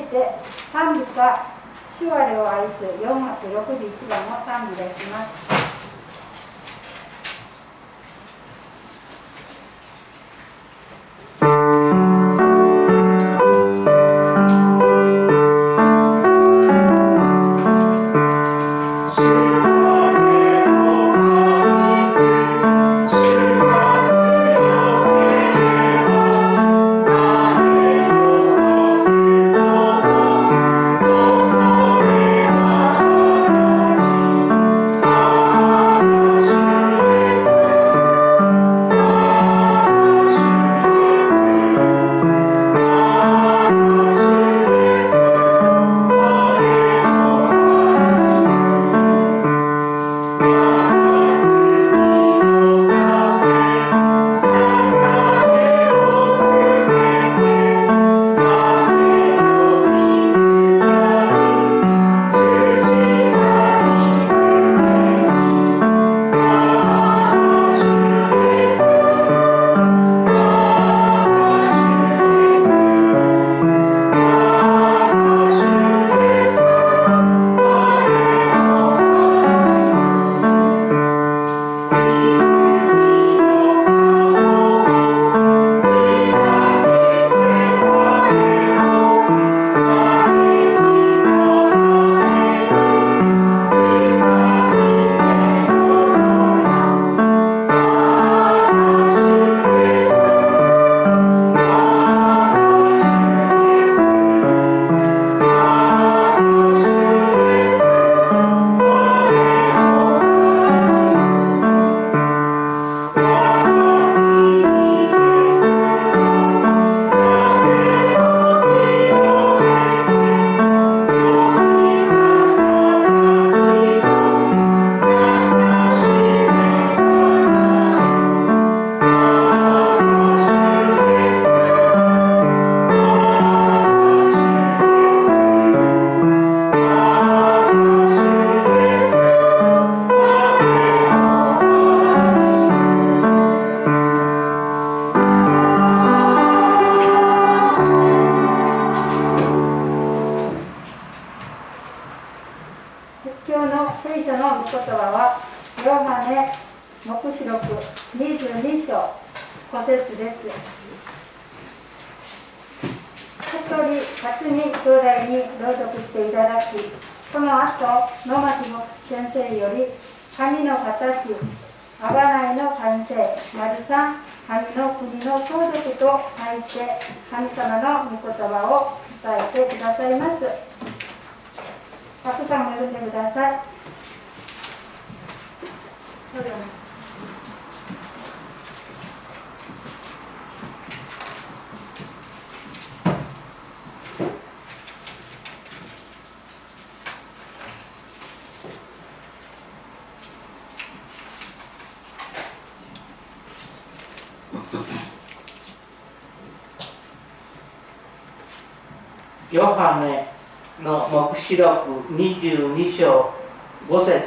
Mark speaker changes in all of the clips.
Speaker 1: て賛美歌「主我を愛す」4月61番を賛美いたします。
Speaker 2: ヨハネの黙示録22章5節。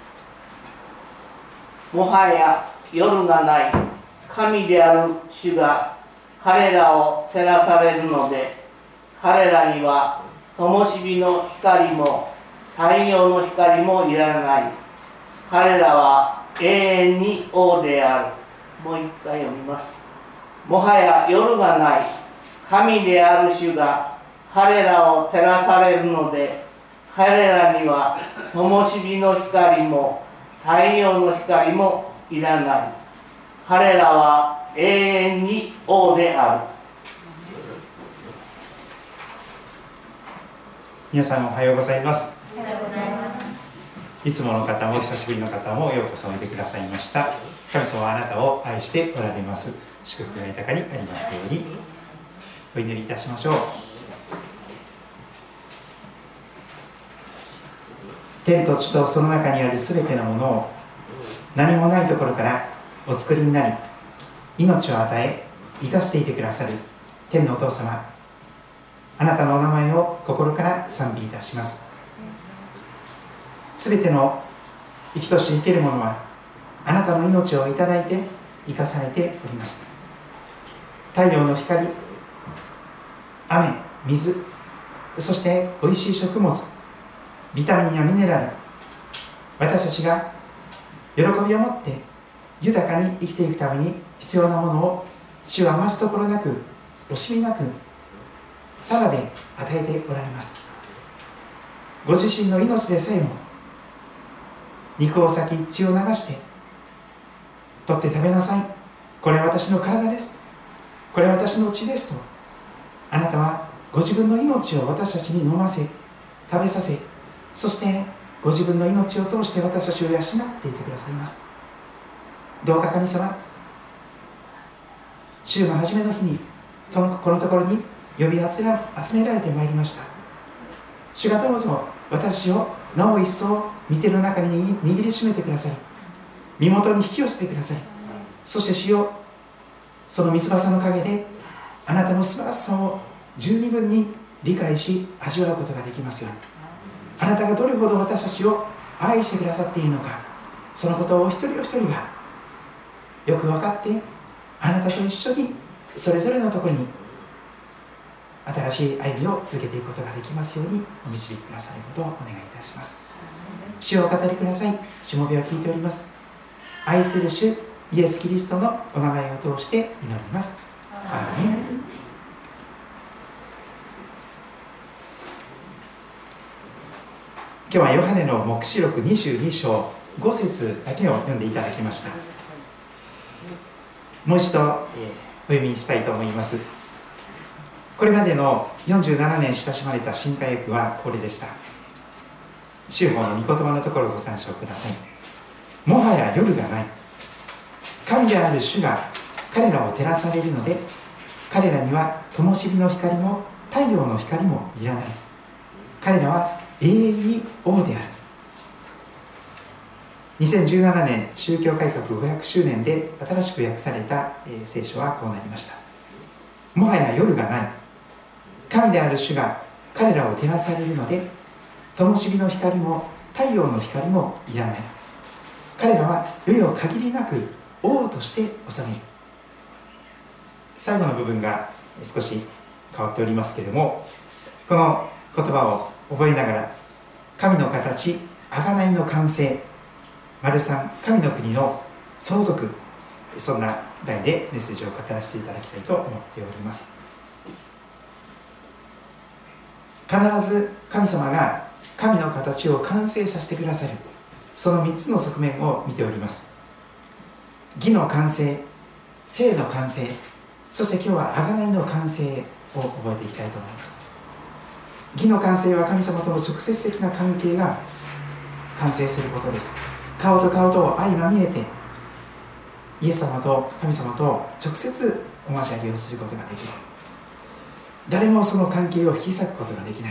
Speaker 2: もはや夜がない。神である主が彼らを照らされるので、彼らには灯火の光も太陽の光もいらない。彼らは永遠に王である。もう一回読みます。もはや夜がない。神である主が彼らを照らされるので、彼らには灯火の光も太陽の光もいらない。彼らは永遠に王である。
Speaker 3: 皆さんおはようございます。
Speaker 1: おはようございます。
Speaker 3: いつもの方も久しぶりの方もようこそおいでくださいました。神様はあなたを愛しておられます。祝福が豊かにありますように。お祈りいたしましょう。天と地とその中にあるすべてのものを何もないところからお作りになり、命を与え生かしていてくださる天のお父様、あなたのお名前を心から賛美いたします。すべての生きとし生けるものはあなたの命をいただいて生かされております。太陽の光、雨、水、 そしておいしい食物、ビタミンやミネラル、私たちが喜びを持って豊かに生きていくために必要なものを主は余すところなく惜しみなくただで与えておられます。ご自身の命でさえも肉を裂き血を流して取って食べなさい、これは私の体です、これは私の血ですと、あなたはご自分の命を私たちに飲ませ食べさせ、そしてご自分の命を通して私たちを養っていてくださいます。どうか神様、週の初めの日にこのところに呼び集められてまいりました。主がどうぞ私をなお一層御手の中に握りしめてくださり、身元に引き寄せてくださり、そして主よ、その御翼の陰であなたの素晴らしさを十二分に理解し味わうことができますように。あなたがどれほど私たちを愛してくださっているのか、そのことをお一人お一人がよく分かって、あなたと一緒にそれぞれのところに新しい歩みを続けていくことができますようにお導きくださることをお願いいたします。主をお語りください。しもべは聞いております。愛する主イエス・キリストのお名前を通して祈ります。アーメン。今日はヨハネの黙示録22章5節だけを読んでいただきました。もう一度お読みしたいと思います。これまでの47年親しまれた新化訳はこれでした。修法の御言葉のところをご参照ください。もはや夜がない。神である主が彼らを照らされるので、彼らには灯火の光も太陽の光もいらない。彼らは永遠に王である。2017年宗教改革500周年で新しく訳された聖書はこうなりました。もはや夜がない。神である主が彼らを照らされるので、灯火の光も太陽の光もいらない。彼らは世々限りなく王として治める。最後の部分が少し変わっておりますけれども、この言葉を覚えながら、神の形、贖いの完成、丸三、神の国の相続、そんな題でメッセージを語らせていただきたいと思っております。必ず神様が神の形を完成させてくださる、その3つの側面を見ております。義の完成、聖の完成、そして今日は贖いの完成を覚えていきたいと思います。義の完成は神様との直接的な関係が完成することです。顔と顔と相まみえて、イエス様と神様と直接お交わりをすることができる。誰もその関係を引き裂くことができない。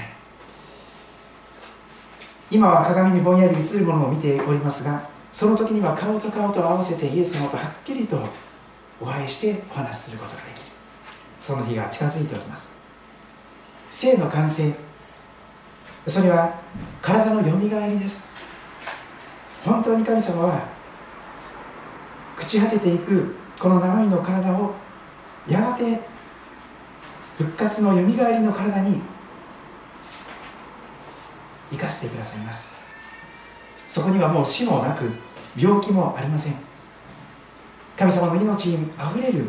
Speaker 3: 今は鏡にぼんやり映るものを見ておりますが、その時には顔と顔と合わせてイエス様とはっきりとお会いしてお話しすることができる。その日が近づいております。聖の完成、それは体のよみがえりです。本当に神様は朽ち果てていくこの生身の体をやがて復活のよみがえりの体に生かしてくださいます。そこにはもう死もなく病気もありません。神様の命にあふれる、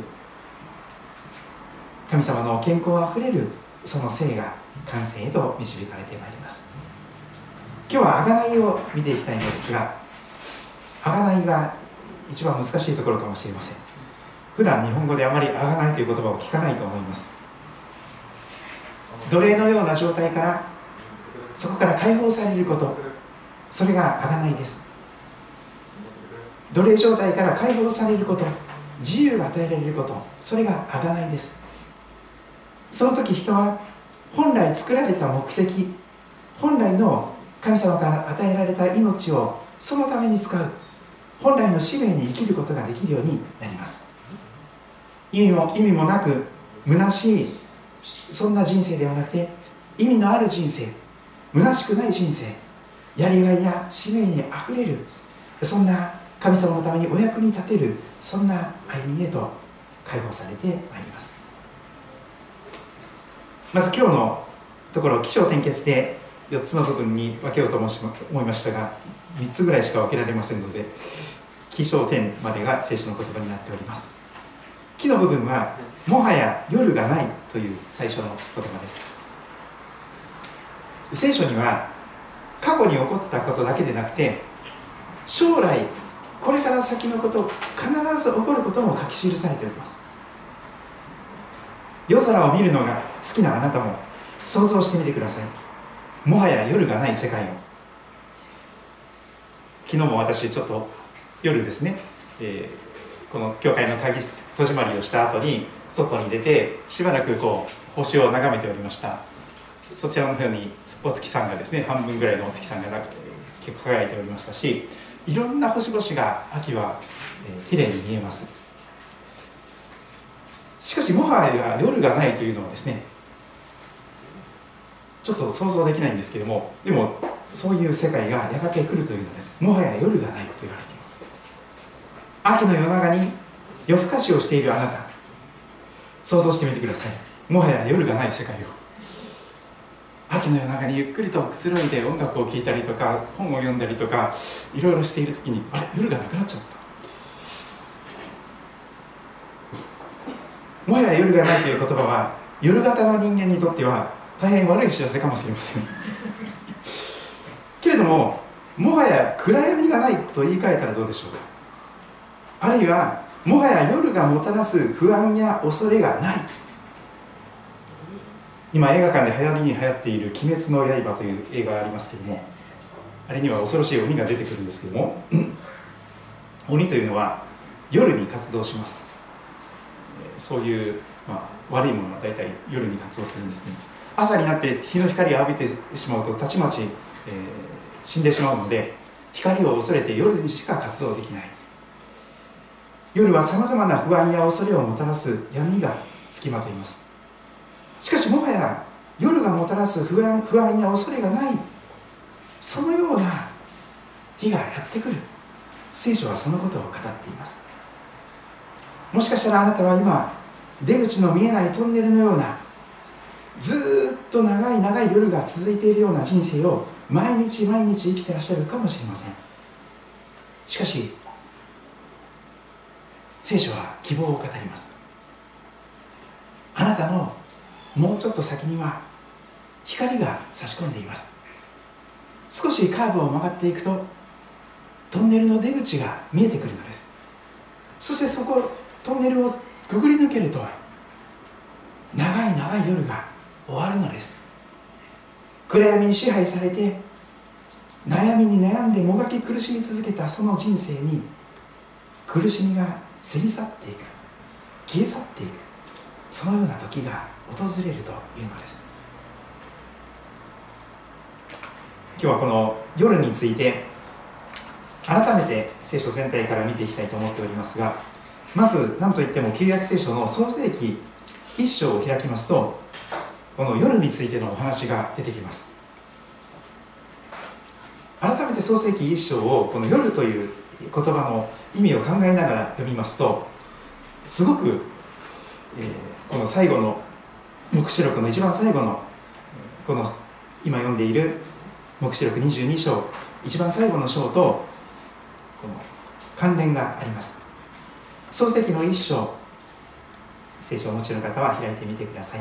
Speaker 3: 神様の健康あふれるその生が完成へと導かれてまいります。今日は贖いを見ていきたいのですが、贖いが一番難しいところかもしれません。普段日本語であまり贖いという言葉を聞かないと思います。奴隷のような状態からそこから解放されること、それが贖いです。奴隷状態から解放されること、自由が与えられること、それが贖いです。その時人は本来作られた目的、本来の神様から与えられた命をそのために使う、本来の使命に生きることができるようになります。意味もなく虚しいそんな人生ではなくて、意味のある人生、虚しくない人生、やりがいや使命にあふれる、そんな神様のためにお役に立てる、そんな歩みへと解放されてまいります。まず今日のところ起承転結で4つの部分に分けようと思いましたが、3つぐらいしか分けられませんので、起承転までが聖書の言葉になっております。起の部分はもはや夜がないという最初の言葉です。聖書には過去に起こったことだけでなくて、将来これから先のこと必ず起こることも書き記されております。夜空を見るのが好きなあなたも想像してみてください。もはや夜がない世界を。昨日も私ちょっと夜ですね、この教会の戸締まりをした後に外に出てしばらく星を眺めておりました。そちらの方にお月さんがですね、半分ぐらいのお月さんが結構輝いておりましたし、いろんな星々が秋はきれいに見えます。しかしもはや夜がないというのはですね、ちょっと想像できないんですけれども、でもそういう世界がやがて来るというのです。もはや夜がないと言われています。秋の夜長に夜更かしをしているあなた、想像してみてください。もはや夜がない世界を。秋の夜長にゆっくりとくつろいで音楽を聴いたりとか本を読んだりとかいろいろしているときに、あれ、夜がなくなっちゃった。もはや夜がないという言葉は夜型の人間にとっては大変悪い知らせかもしれませんけれども、もはや暗闇がないと言い換えたらどうでしょうか。あるいはもはや夜がもたらす不安や恐れがない。今映画館で流行っている「鬼滅の刃」という映画がありますけれども、あれには恐ろしい鬼が出てくるんですけれども、鬼というのは夜に活動します。そういう、悪いものは大体夜に活動するんですね。朝になって日の光を浴びてしまうとたちまち、死んでしまうので、光を恐れて夜にしか活動できない。夜はさまざまな不安や恐れをもたらす闇がつきまといます。しかしもはや夜がもたらす不安や恐れがない、そのような日がやってくる。聖書はそのことを語っています。もしかしたらあなたは今出口の見えないトンネルのような、ずっと長い長い夜が続いているような人生を毎日毎日生きてらっしゃるかもしれません。しかし聖書は希望を語ります。あなたのもうちょっと先には光が差し込んでいます。少しカーブを曲がっていくとトンネルの出口が見えてくるのです。そしてそこトンネルをくぐり抜けると長い長い夜が終わるのです。暗闇に支配されて悩みに悩んでもがき苦しみ続けたその人生に苦しみが過ぎ去っていく、消え去っていく、そのような時が訪れるというのです。今日はこの夜について改めて聖書全体から見ていきたいと思っておりますが、まず何といっても旧約聖書の創世記1章を開きますと、この夜についてのお話が出てきます。改めて創世記1章をこの夜という言葉の意味を考えながら読みますと、すごく、この最後の黙示録の一番最後のこの今読んでいる黙示録22章一番最後の章とこの関連があります。創世記の1章、聖書をお持ちの方は開いてみてください。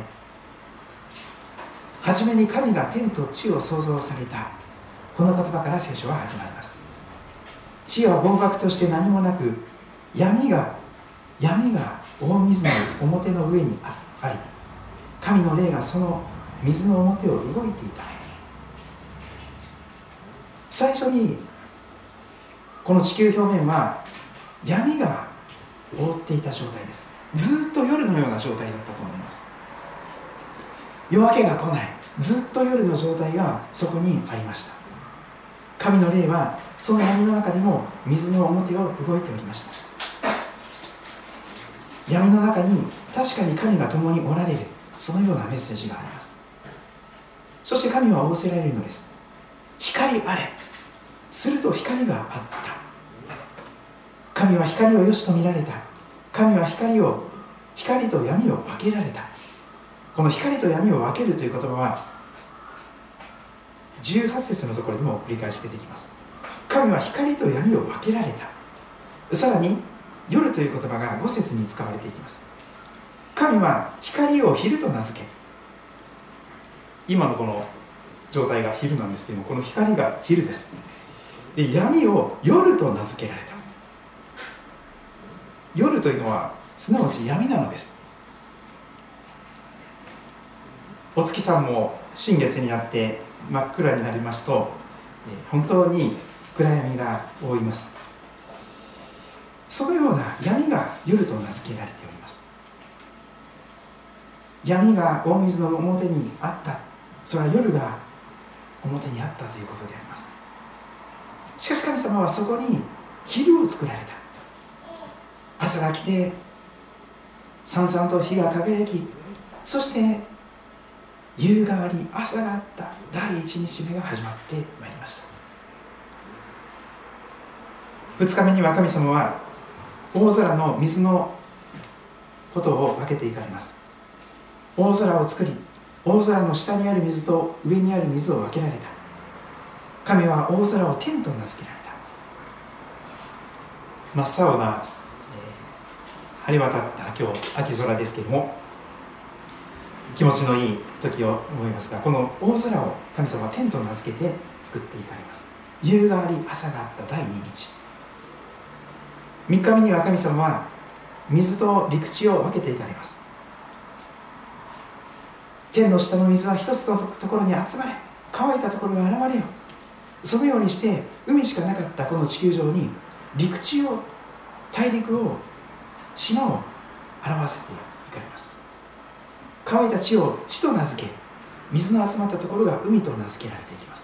Speaker 3: はじめに神が天と地を創造された、この言葉から聖書は始まります。地は暴漠として何もなく、闇が大水の表の上にあり、神の霊がその水の表を動いていた。最初にこの地球表面は闇が覆っていた状態です。ずっと夜のような状態だったと思います。夜明けが来ない、ずっと夜の状態がそこにありました。神の霊はその闇の中でも水の表を動いておりました。闇の中に確かに神が共におられる、そのようなメッセージがあります。そして神は仰せられるのです。光あれ。すると光があった。神は光を良しと見られた。神は光と闇を分けられた。この光と闇を分けるという言葉は、 18節のところにも繰り返し出てきます。神は光と闇を分けられた。さらに夜という言葉が5節に使われていきます。神は光を昼と名付け、今のこの状態が昼なんですけども、この光が昼です。で、闇を夜と名付けられた。夜というのはすなわち闇なのです。お月さんも新月になって真っ暗になりますと、本当に暗闇が覆います。そのような闇が夜と名付けられております。闇が大水の表にあった、それは夜が表にあったということであります。しかし神様はそこに昼を作られた。朝が来てさんさんと日が輝き、そして夕があり朝があった、第一日目が始まってまいりました。2日目には神様は大空の水のことを分けていかれます。大空を作り、大空の下にある水と上にある水を分けられた。神は大空を天と名付けられた。真っ青な、晴れ渡った今日秋空ですけれども、気持ちのいい時を思いますが、この大空を神様は天と名付けて作っていかれます。夕があり朝があった第2日、3日目には神様は水と陸地を分けていかれます。天の下の水は一つのところに集まれ、乾いたところが現れよ。そのようにして海しかなかったこの地球上に陸地を、大陸を、島を表せていかれます。乾いた地を地と名付け、水の集まったところが海と名付けられていきます。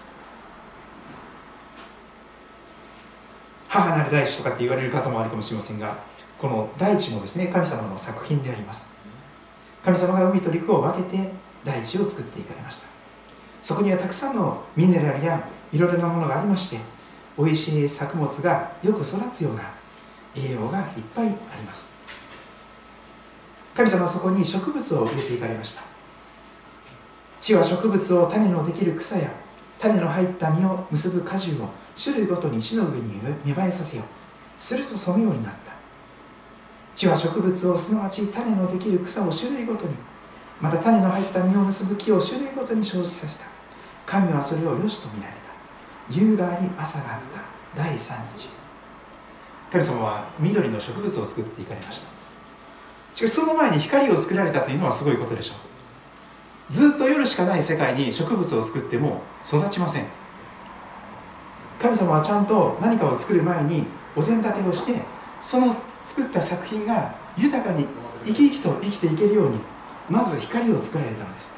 Speaker 3: 母なる大地とかって言われる方もあるかもしれませんが、この大地もですね、神様の作品であります。神様が海と陸を分けて大地を作っていかれました。そこにはたくさんのミネラルやいろいろなものがありまして、おいしい作物がよく育つような栄養がいっぱいあります。神様はそこに植物を入れていかれました。地は植物を種のできる草や種の入った実を結ぶ果樹を種類ごとに地の上に芽生えさせよ。するとそのようになった。地は植物を、すなわち種のできる草を種類ごとに、また種の入った実を結ぶ木を種類ごとに生じさせた。神はそれをよしと見られた。夕があり朝があった第3日。神様は緑の植物を作っていかれました。しかしその前に光を作られたというのはすごいことでしょう。ずっと夜しかない世界に植物を作っても育ちません。神様はちゃんと何かを作る前にお膳立てをして、その作った作品が豊かに生き生きと生きていけるように、まず光を作られたのです。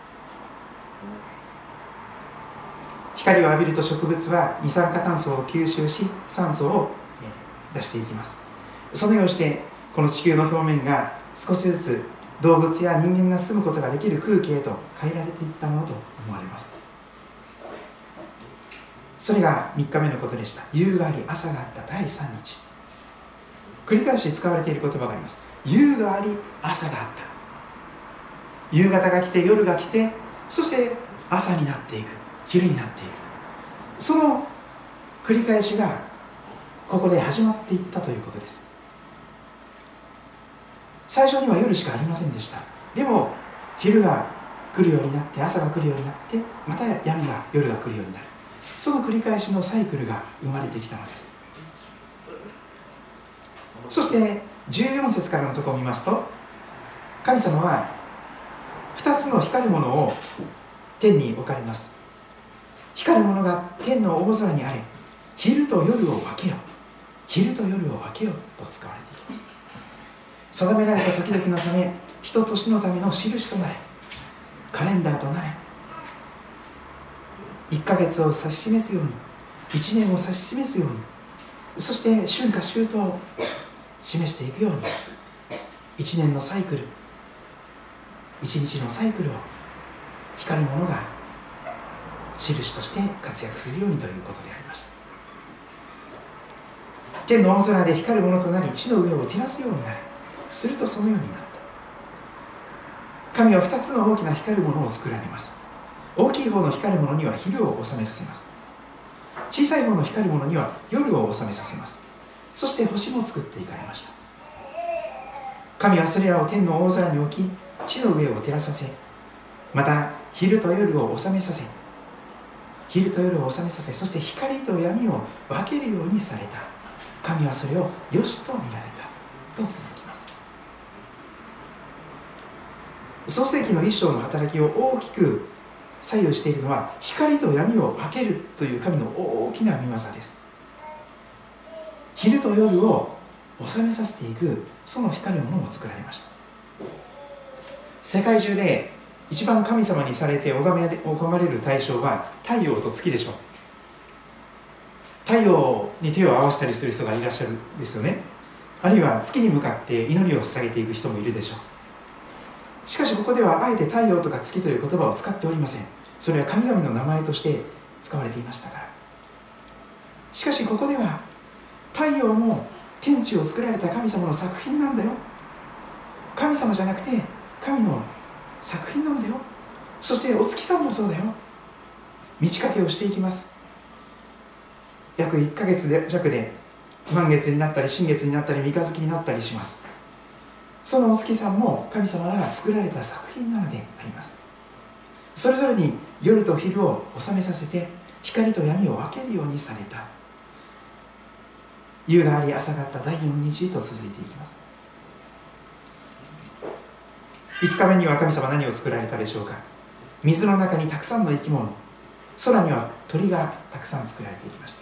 Speaker 3: 光を浴びると植物は二酸化炭素を吸収し、酸素を出していきます。そのようにしてこの地球の表面が少しずつ動物や人間が住むことができる空気へと変えられていったものと思われます。それが3日目のことでした。夕があり朝があった第3日。繰り返し使われている言葉があります。夕があり朝があった。夕方が来て夜が来て、そして朝になっていく、昼になっていく、その繰り返しがここで始まっていったということです。最初には夜しかありませんでした。でも昼が来るようになって、朝が来るようになって、また闇が夜が来るようになる、その繰り返しのサイクルが生まれてきたのです。そして14節からのところを見ますと、神様は2つの光るものを天に置かれます。光るものが天の大空にあれ、昼と夜を分けよ、昼と夜を分けよと使われています。定められた時々のため、一年のための印となれ、カレンダーとなれ、1ヶ月を指し示すように、1年を指し示すように、そして春夏秋冬を示していくように、1年のサイクル、1日のサイクルを光るものが印として活躍するようにということでありました。天の大空で光るものとなり、地の上を照らすようになる。するとそのようになった。神は2つの大きな光るものを作られます。 大きい方の光るものには昼を治めさせます。小さい方の光るものには夜を治めさせます。そして星も作っていかれました。神はそれらを天の大空に置き、地の上を照らさせ、また昼と夜を治めさせ、そして光と闇を分けるようにされた。神はそれを良しと見られたと続きます。創世記の一章の働きを大きく左右しているのは、光と闇を分けるという神の大きな御業です。昼と夜を収めさせていく、その光るものを作られました。世界中で一番神様にされて拝まれる対象は太陽と月でしょう。太陽に手を合わせたりする人がいらっしゃるんですよね。あるいは月に向かって祈りを捧げていく人もいるでしょう。しかしここではあえて太陽とか月という言葉を使っておりません。それは神々の名前として使われていましたから。しかしここでは太陽も天地を作られた神様の作品なんだよ。神様じゃなくて神の作品なんだよ。そしてお月さんもそうだよ。満ち欠けをしていきます。約1ヶ月弱で満月になったり新月になったり三日月になったりします。そのお月さんも神様が作られた作品なのであります。それぞれに夜と昼を収めさせて、光と闇を分けるようにされた。夕があり朝があった第4日と続いていきます。5日目には神様何を作られたでしょうか。水の中にたくさんの生き物、空には鳥がたくさん作られていきました。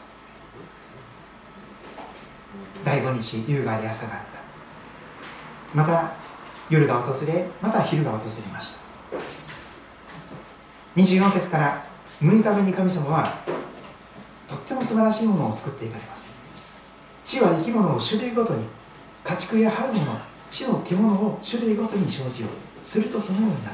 Speaker 3: 第5日、夕があり朝があった。また夜が訪れ、また昼が訪れました。24節から6日目に神様はとっても素晴らしいものを作っていかれます。地は生き物を種類ごとに、家畜や這うもの、地の獣を種類ごとに生じよう。するとそのようになった。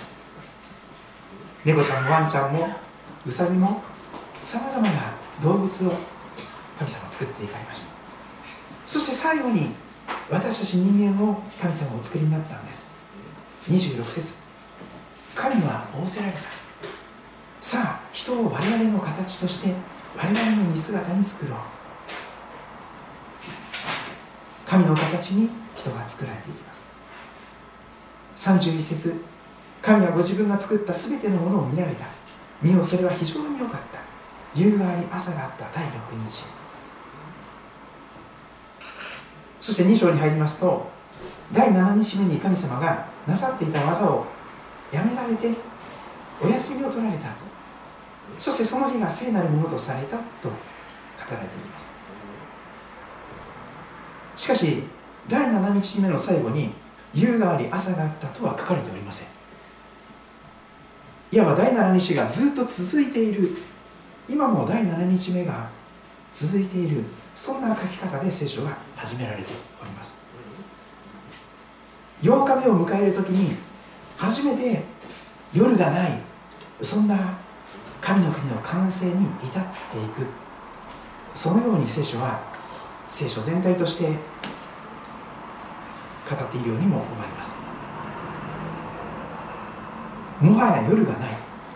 Speaker 3: 猫ちゃんもワンちゃんもウサギもさまざまな動物を神様は作っていかれました。そして最後に私たち人間を神様をお作りになったんです。26節、神は仰せられた。さあ人を我々の形として我々の似姿に作ろう。神の形に人が作られていきます。31節、神はご自分が作ったすべてのものを見られた。見よ、それは非常に良かった。夕があり朝があった第6日。そして2章に入りますと、第7日目に神様がなさっていた技をやめられてお休みを取られた。そしてその日が聖なるものとされたと語られています。しかし第7日目の最後に夕があり朝があったとは書かれておりません。いわば第7日がずっと続いている、今も第7日目が続いている、そんな書き方で聖書が始められております。8日目を迎えるときに初めて夜がない、そんな神の国の完成に至っていく、そのように聖書全体として語っているようにも思います。もはや夜がない。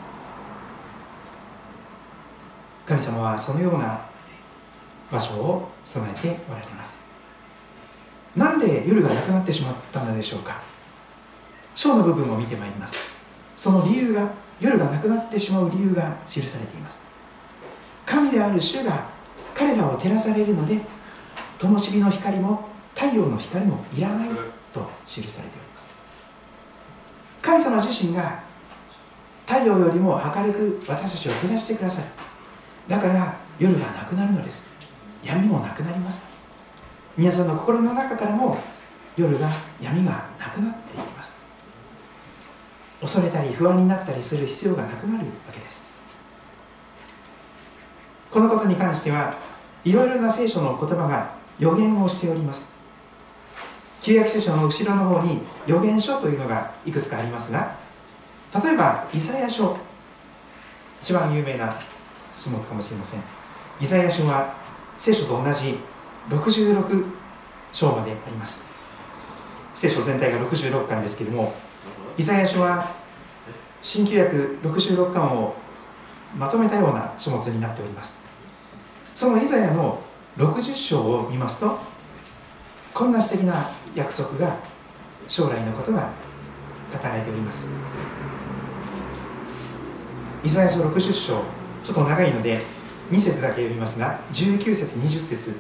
Speaker 3: 神様はそのような場所を備えておられます。なんで夜がなくなってしまったのでしょうか。章の部分を見てまいります。その理由が、夜がなくなってしまう理由が記されています。神である主が彼らを照らされるので、灯火の光も太陽の光もいらないと記されております。神様自身が太陽よりも明るく私たちを照らしてくださる。だから夜がなくなるのです。闇もなくなります。皆さんの心の中からも夜が、闇がなくなっていきます。恐れたり不安になったりする必要がなくなるわけです。このことに関してはいろいろな聖書の言葉が予言をしております。旧約聖書の後ろの方に予言書というのがいくつかありますが、例えばイザヤ書、一番有名な書物かもしれません。イザヤ書は聖書と同じ66章まであります。聖書全体が66巻ですけれども、イザヤ書は新旧約66巻をまとめたような書物になっております。そのイザヤの60章を見ますと、こんな素敵な約束が、将来のことが語られております。イザヤ書60章、ちょっと長いので2節だけ読みますが、19節20節、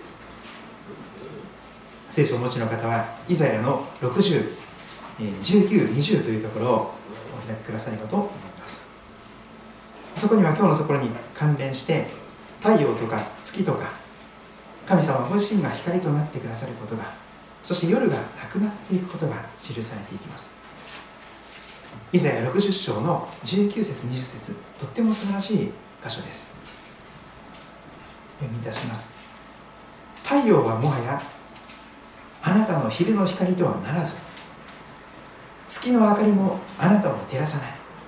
Speaker 3: 聖書をお持ちの方はイザヤの60、19、20というところをお開きくださいかと思います。そこには今日のところに関連して、太陽とか月とか神様ご自身が光となってくださることが、そして夜がなくなっていくことが記されていきます。イザヤ60章の19節20節、とっても素晴らしい箇所です。読みいたします。太陽はもはやあなたの昼の光とはならず、月の明かりもあなたを照らさない。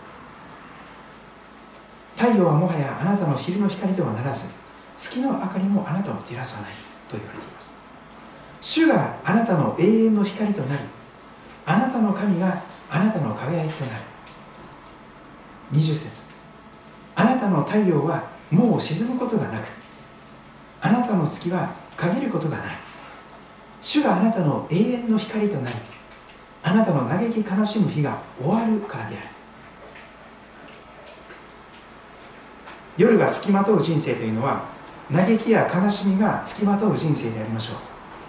Speaker 3: 太陽はもはやあなたの昼の光とはならず、月の明かりもあなたを照らさないと言われています。主があなたの永遠の光となり、あなたの神があなたの輝きとなる。20節、あなたの太陽はもう沈むことがなく、あなたの月は陰ることがない。主があなたの永遠の光となり、あなたの嘆き悲しむ日が終わるからである。夜がつきまとう人生というのは、嘆きや悲しみがつきまとう人生でありましょ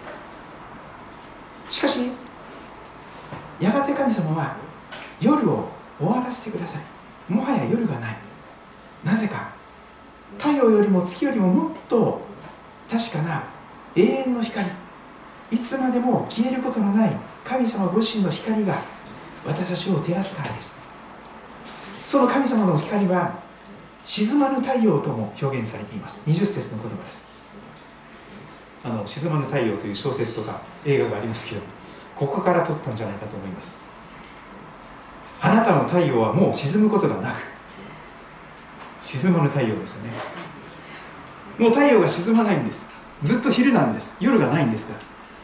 Speaker 3: う。しかしやがて神様は夜を終わらせてください。もはや夜がない。なぜか、太陽よりも月よりももっと確かな永遠の光、いつまでも消えることのない神様ご自身の光が私たちを照らすからです。その神様の光は沈まぬ太陽とも表現されています。20節の言葉です。沈まぬ太陽という小説とか映画がありますけど、ここから取ったんじゃないかと思います。あなたの太陽はもう沈むことがなく、沈まぬ太陽ですよね。もう太陽が沈まないんです。ずっと昼なんです。夜がないんですから。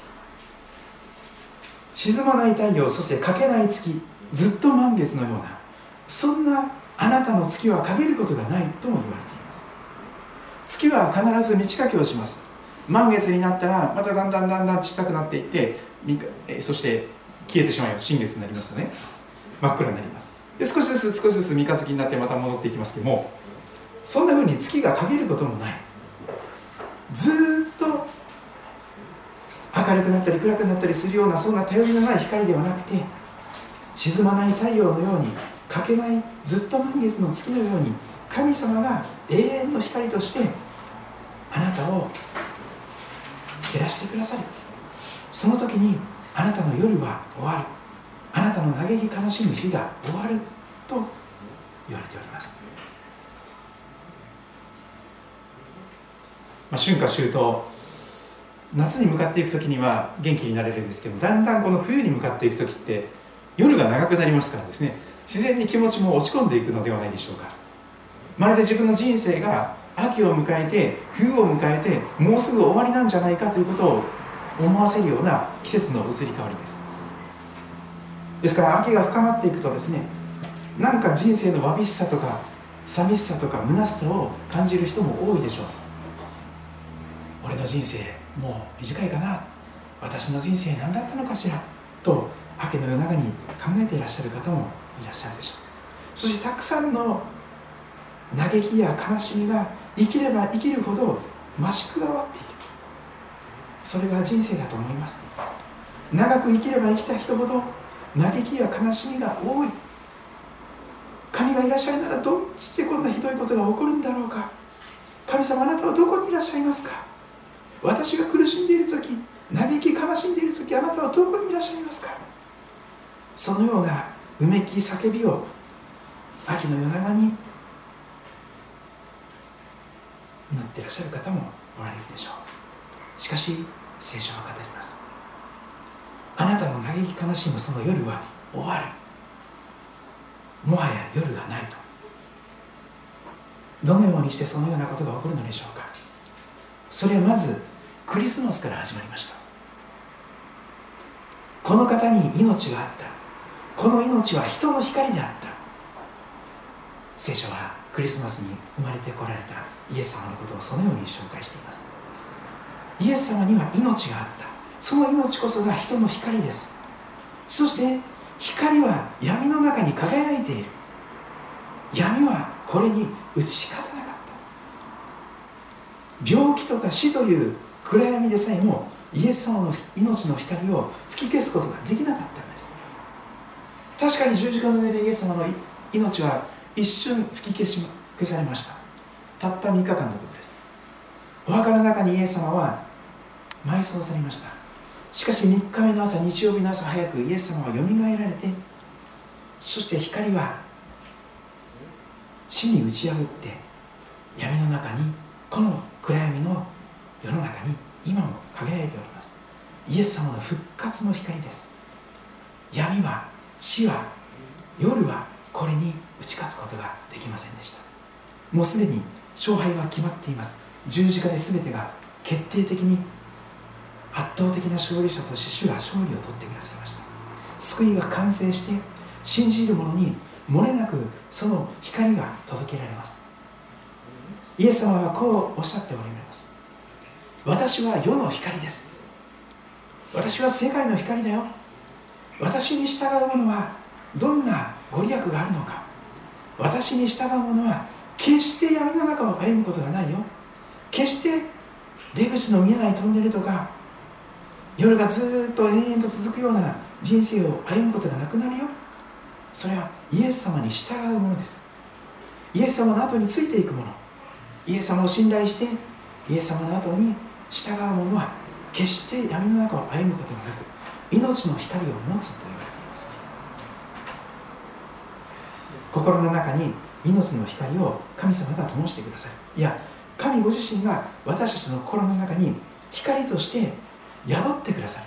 Speaker 3: 沈まない太陽、そして欠けない月、ずっと満月のような、そんなあなたの月は陰ることがないとも言われています。月は必ず満ち欠けをします。満月になったらまただんだん小さくなっていって、そして消えてしまいます。新月になりますよね。真っ暗になります。で少しずつ三日月になってまた戻っていきますけども、そんな風に月が陰ることもない。ずっと明るくなったり暗くなったりするような、そんな頼りのない光ではなくて、沈まない太陽のように、欠けないずっと満月の月のように、神様が永遠の光としてあなたを照らしてくださる。その時にあなたの夜は終わる。あなたの嘆き悲しむ日が終わると言われております。春夏秋冬、夏に向かっていく時には元気になれるんですけど、だんだんこの冬に向かっていく時って夜が長くなりますからですね、自然に気持ちも落ち込んでいくのではないでしょうか。まるで自分の人生が秋を迎えて冬を迎えてもうすぐ終わりなんじゃないかということを思わせるような季節の移り変わりです。ですから秋が深まっていくとですね、なんか人生のわびしさとか寂しさとか虚しさを感じる人も多いでしょう。俺の人生もう短いかな、私の人生何だったのかしらと秋の夜長に考えていらっしゃる方もいらっしゃるでしょう。そしてたくさんの嘆きや悲しみが生きれば生きるほど増し加わっている。それが人生だと思います。長く生きれば生きた人ほど嘆きや悲しみが多い。神がいらっしゃるならどうしてこんなひどいことが起こるんだろうか。神様、あなたはどこにいらっしゃいますか。私が苦しんでいるとき、嘆き悲しんでいるとき、あなたはどこにいらっしゃいますか。そのようなうめき叫びを秋の夜長に祈っていらっしゃる方もおられるでしょう。しかし聖書は語ります。あなたの嘆き悲しむその夜は終わる。もはや夜がないと。どのようにしてそのようなことが起こるのでしょうか。それはまずクリスマスから始まりました。この方に命があった。この命は人の光であった。 聖書はクリスマスに生まれてこられたイエス様のことをそのように紹介しています。イエス様には命があった。その命こそが人の光です。そして光は闇の中に輝いている。闇はこれに打ち勝たなかった。病気とか死という暗闇でさえもイエス様の命の光を吹き消すことができなかったんです。確かに十字架の上でイエス様の命は一瞬吹き消されました。たった3日間のことです。お墓の中にイエス様は埋葬されました。しかし3日目の朝、日曜日の朝早くイエス様はよみがえられて、そして光は死に打ち破って闇の中に、この暗闇の世の中に今も輝いております。イエス様の復活の光です。闇は、死は、夜はこれに打ち勝つことができませんでした。もうすでに勝敗は決まっています。十字架で全てが決定的に圧倒的な勝利者として主が勝利を取ってくださいました。救いが完成して、信じる者に漏れなくその光が届けられます。イエス様はこうおっしゃっておられます。私は世の光です。私は世界の光だよ。私に従う者はどんなご利益があるのか。私に従う者は決して闇の中を歩むことがないよ。決して出口の見えないトンネルとか、夜がずっと延々と続くような人生を歩むことがなくなるよ。それはイエス様に従うものです。イエス様の後についていくもの、イエス様を信頼してイエス様の後に従う者は決して闇の中を歩むことがなく、命の光を持つと言われています。心の中に命の光を神様が灯してください。いや、神ご自身が私たちの心の中に光として宿ってくださる。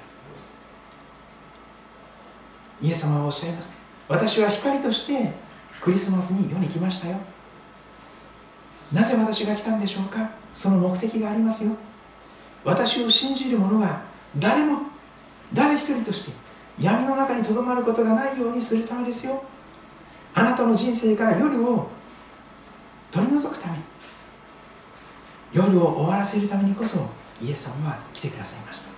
Speaker 3: イエス様はおっしゃいます。私は光としてクリスマスに世に来ましたよ。なぜ私が来たんでしょうか。その目的がありますよ。私を信じる者が誰一人として闇の中にとどまることがないようにするためですよ。あなたの人生から夜を取り除くために、夜を終わらせるためにこそイエス様は来てくださいました。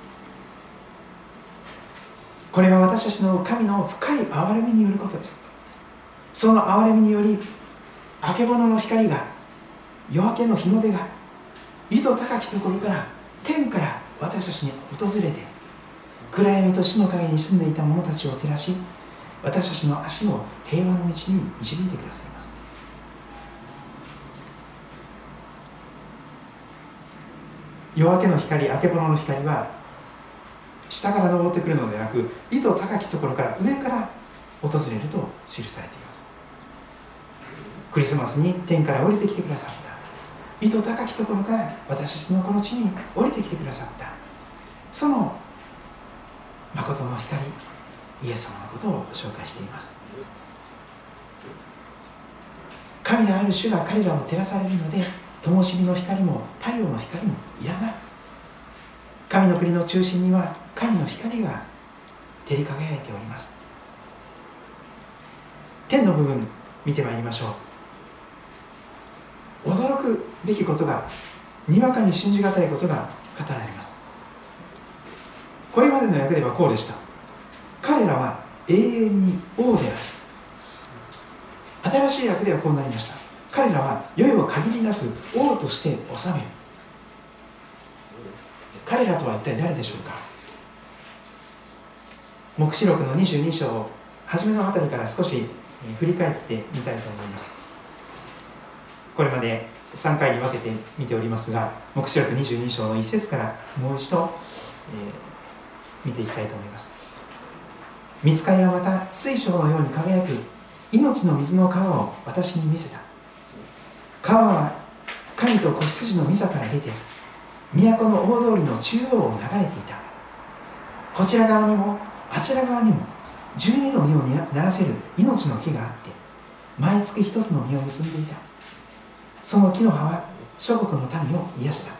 Speaker 3: これは私たちの神の深い憐れみによることです。その憐れみにより、あけぼのの光が、夜明けの日の出が、緯度高きところから天から私たちに訪れて、暗闇と死の陰に住んでいた者たちを照らし、私たちの足を平和の道に導いてくださいます。夜明けの光、あけぼのの光は下から昇ってくるのではなく、緯度高きところから上から訪れると記されています。クリスマスに天から降りてきてくださった、緯度高きところから私たちのこの地に降りてきてくださった、その誠の光、イエス様のことを紹介しています。神である主が彼らを照らされるので、灯火の光も太陽の光もいらない。神の国の中心には神の光が照り輝いております。天の部分見てまいりましょう。驚くべきことが、にわかに信じがたいことが語られます。これまでの訳ではこうでした。彼らは永遠に王である。新しい訳ではこうなりました。彼らは世々限りなく王として治める。彼らとは一体誰でしょうか。黙示録の22章初めのあたりから少し振り返ってみたいと思います。これまで3回に分けて見ておりますが、黙示録22章の1節からもう一度、見ていきたいと思います。御使いはまた水晶のように輝く命の水の川を私に見せた。川は神と子羊の御座から出て、都の大通りの中央を流れていた。こちら側にもあちら側にも12の実をならせる命の木があって、毎月一つの実を結んでいた。その木の葉は諸国の民を癒した。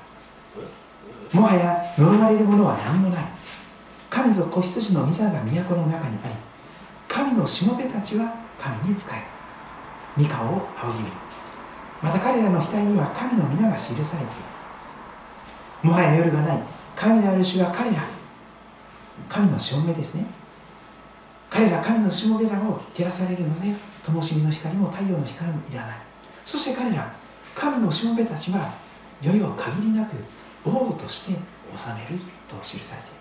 Speaker 3: もはや呪われるものは何もない。神と子羊の御座が都の中にあり、神のしもべたちは神に仕える。 御顔を仰ぎ見る。また彼らの額には神の皆が記されている。もはや夜がない。神である主は彼ら、神のしもべですね。彼ら神のしもべらを照らされるので、灯火の光も太陽の光もいらない。そして彼ら神のしもべたちは世々限りなく王として治めると記されています。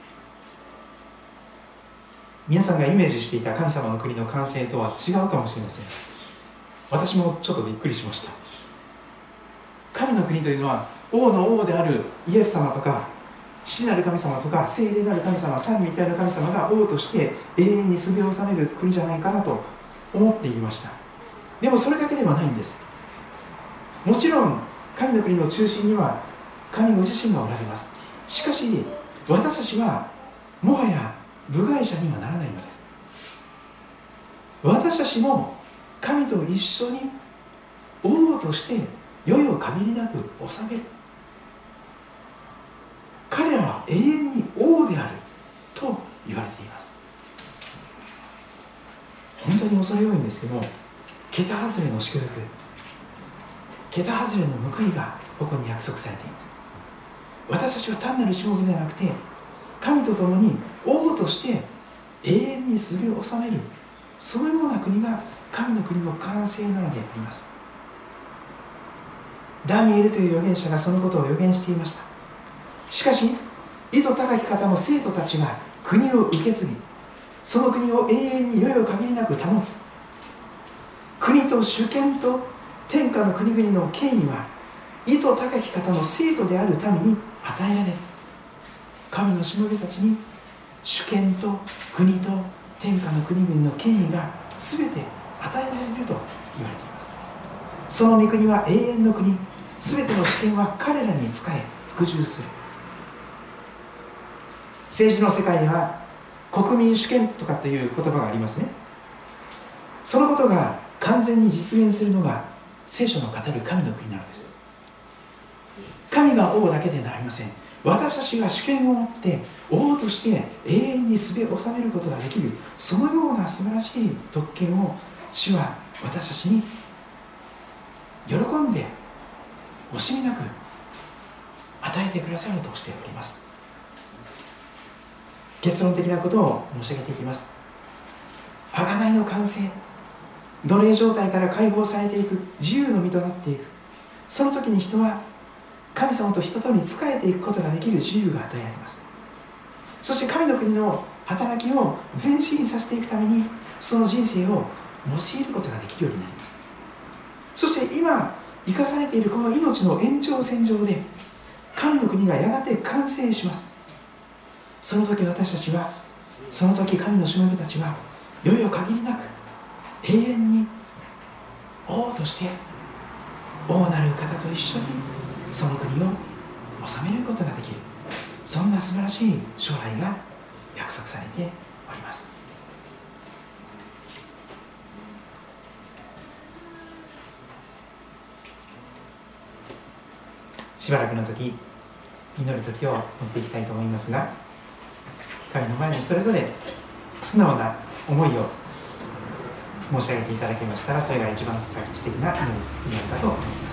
Speaker 3: 皆さんがイメージしていた神様の国の完成とは違うかもしれません。私もちょっとびっくりしました。神の国というのは王の王であるイエス様とか父なる神様とか聖霊なる神様、三位一体の神様が王として永遠にすべを治める国じゃないかなと思っていました。でもそれだけではないんです。もちろん神の国の中心には神ご自身がおられます。しかし私たちはもはや部外者にはならないのです。私たちも神と一緒に王として世々限りなく治める。彼らは永遠に王であると言われています。本当に恐れ多いんですけども、桁外れの祝福、桁外れの報いがここに約束されています。私たちは単なるしもべではなくて、神と共に王として永遠にすべを治める、そのような国が神の国の完成なのであります。ダニエルという預言者がそのことを予言していました。しかし意図高き方の生徒たちが国を受け継ぎ、その国を永遠に世々限りなく保つ。国と主権と天下の国々の権威は意図高き方の生徒である民に与えられる。神のしもべたちに主権と国と天下の国々の権威が全て与えられると言われています。その御国は永遠の国、全ての主権は彼らに仕え服従する。政治の世界には国民主権とかという言葉がありますね。そのことが完全に実現するのが聖書の語る神の国なのです。神が王だけではありません。私たちが主権を持って王として永遠にすべを治めることができる、そのような素晴らしい特権を主は私たちに喜んで惜しみなく与えてくださるとしております。結論的なことを申し上げていきます。贖いの完成、奴隷状態から解放されていく、自由の身となっていく。その時に人は神様と人とに仕えていくことができる自由が与えられます。そして神の国の働きを前進させていくために、その人生を用いることができるようになります。そして今生かされているこの命の延長線上で神の国がやがて完成します。その時私たちは、その時神のしもべたちは世々限りなく永遠に王として王なる方と一緒にその国を治めることができる、そんな素晴らしい将来が約束されております。しばらくの時、祈る時を持っていきたいと思いますが、神の前にそれぞれ素直な思いを申し上げていただけましたら、それが一番素敵な祈りかと思います。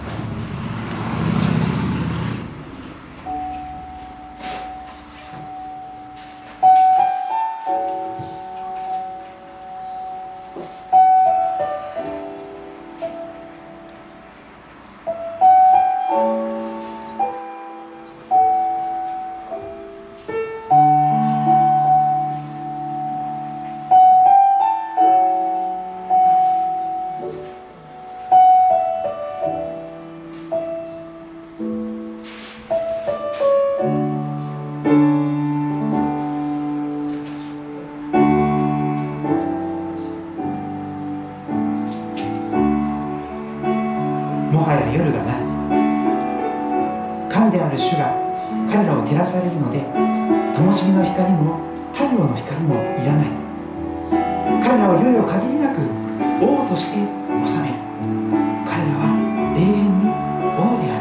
Speaker 3: もはや夜がない。神である主が彼らを照らされるので、灯火の光も太陽の光もいらない。彼らは世々限りなく王として治める。彼らは永遠に王であ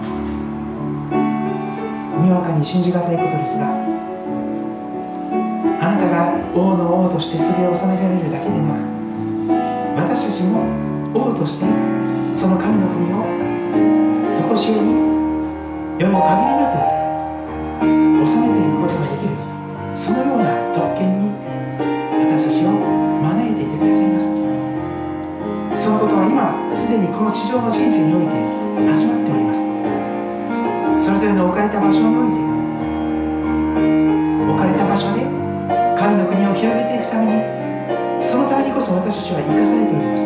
Speaker 3: る。にわかに信じがたいことですが、あなたが王の王としてすべを治められるだけでなく、私私たちも王としてその神の国を常しえに世の限りなく治めていくことができる、そのような特権に私たちを招いていてくださいます。そのことは今すでにこの地上の人生において始まっております。それぞれの置かれた場所において、置かれた場所で神の国を広げていくために、そのためにこそ私たちは生かされております。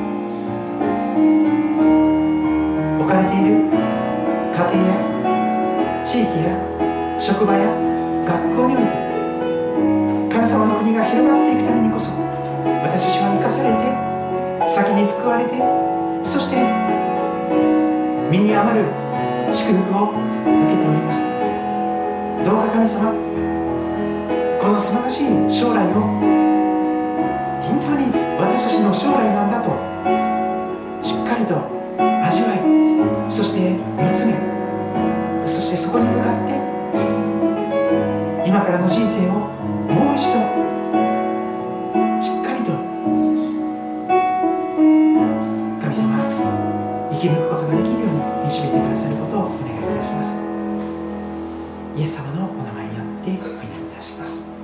Speaker 3: 置かれている家庭や地域や職場や学校において神様の国が広がっていくためにこそ、私たちは生かされて、先に救われて、そして身に余る祝福を受けております。どうか神様、この素晴らしい将来を本当に私たちの将来なんだとしっかりと味わい、そして見つめ、そしてそこに向かって今からの人生をもう一度しっかりと神様生き抜くことができるように導いてくださることをお願いいたします。イエス様のお名前によってお祈りいたします。